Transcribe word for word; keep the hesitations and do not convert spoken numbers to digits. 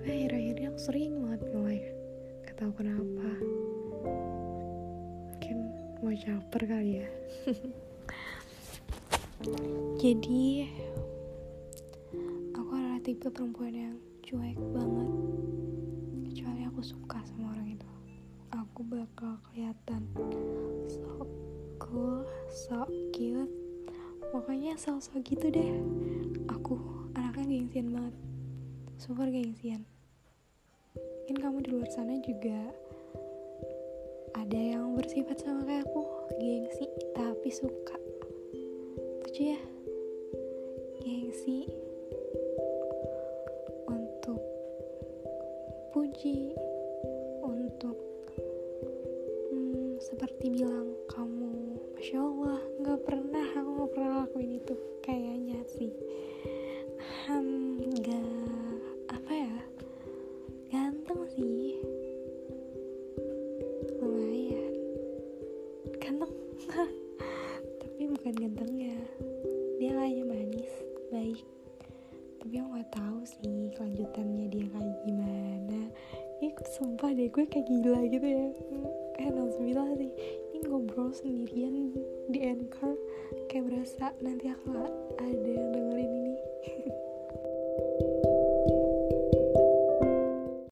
Tapi akhir-akhir ini aku sering banget nge-live, gak tau kenapa. Mungkin mau caper kali ya. Jadi aku adalah tipe perempuan yang cuek banget. Kecuali aku suka sama orang itu, aku bakal kelihatan so cool, so cute, pokoknya so-so gitu deh. Aku anaknya gengsian banget, super gengsian. Mungkin kamu di luar sana juga ada yang bersifat sama kayak aku, gengsi tapi suka. Lucu ya, gengsi untuk puji, untuk hmm, seperti bilang kamu Masya Allah. Gak pernah, aku gak pernah lakuin itu kayaknya sih. hmm, Gak, apa ya, ganteng sih, lumayan ganteng. Tapi bukan gantengnya, dia kayaknya manis, baik. Tapi aku gak tahu sih kelanjutannya dia kayak gimana. Ini sumpah deh, gue kayak gila gitu ya. Kayak nauzubillah sih, ini ngobrol sendirian di Anchor, kayak berasa nanti aku ada yang dengerin ini.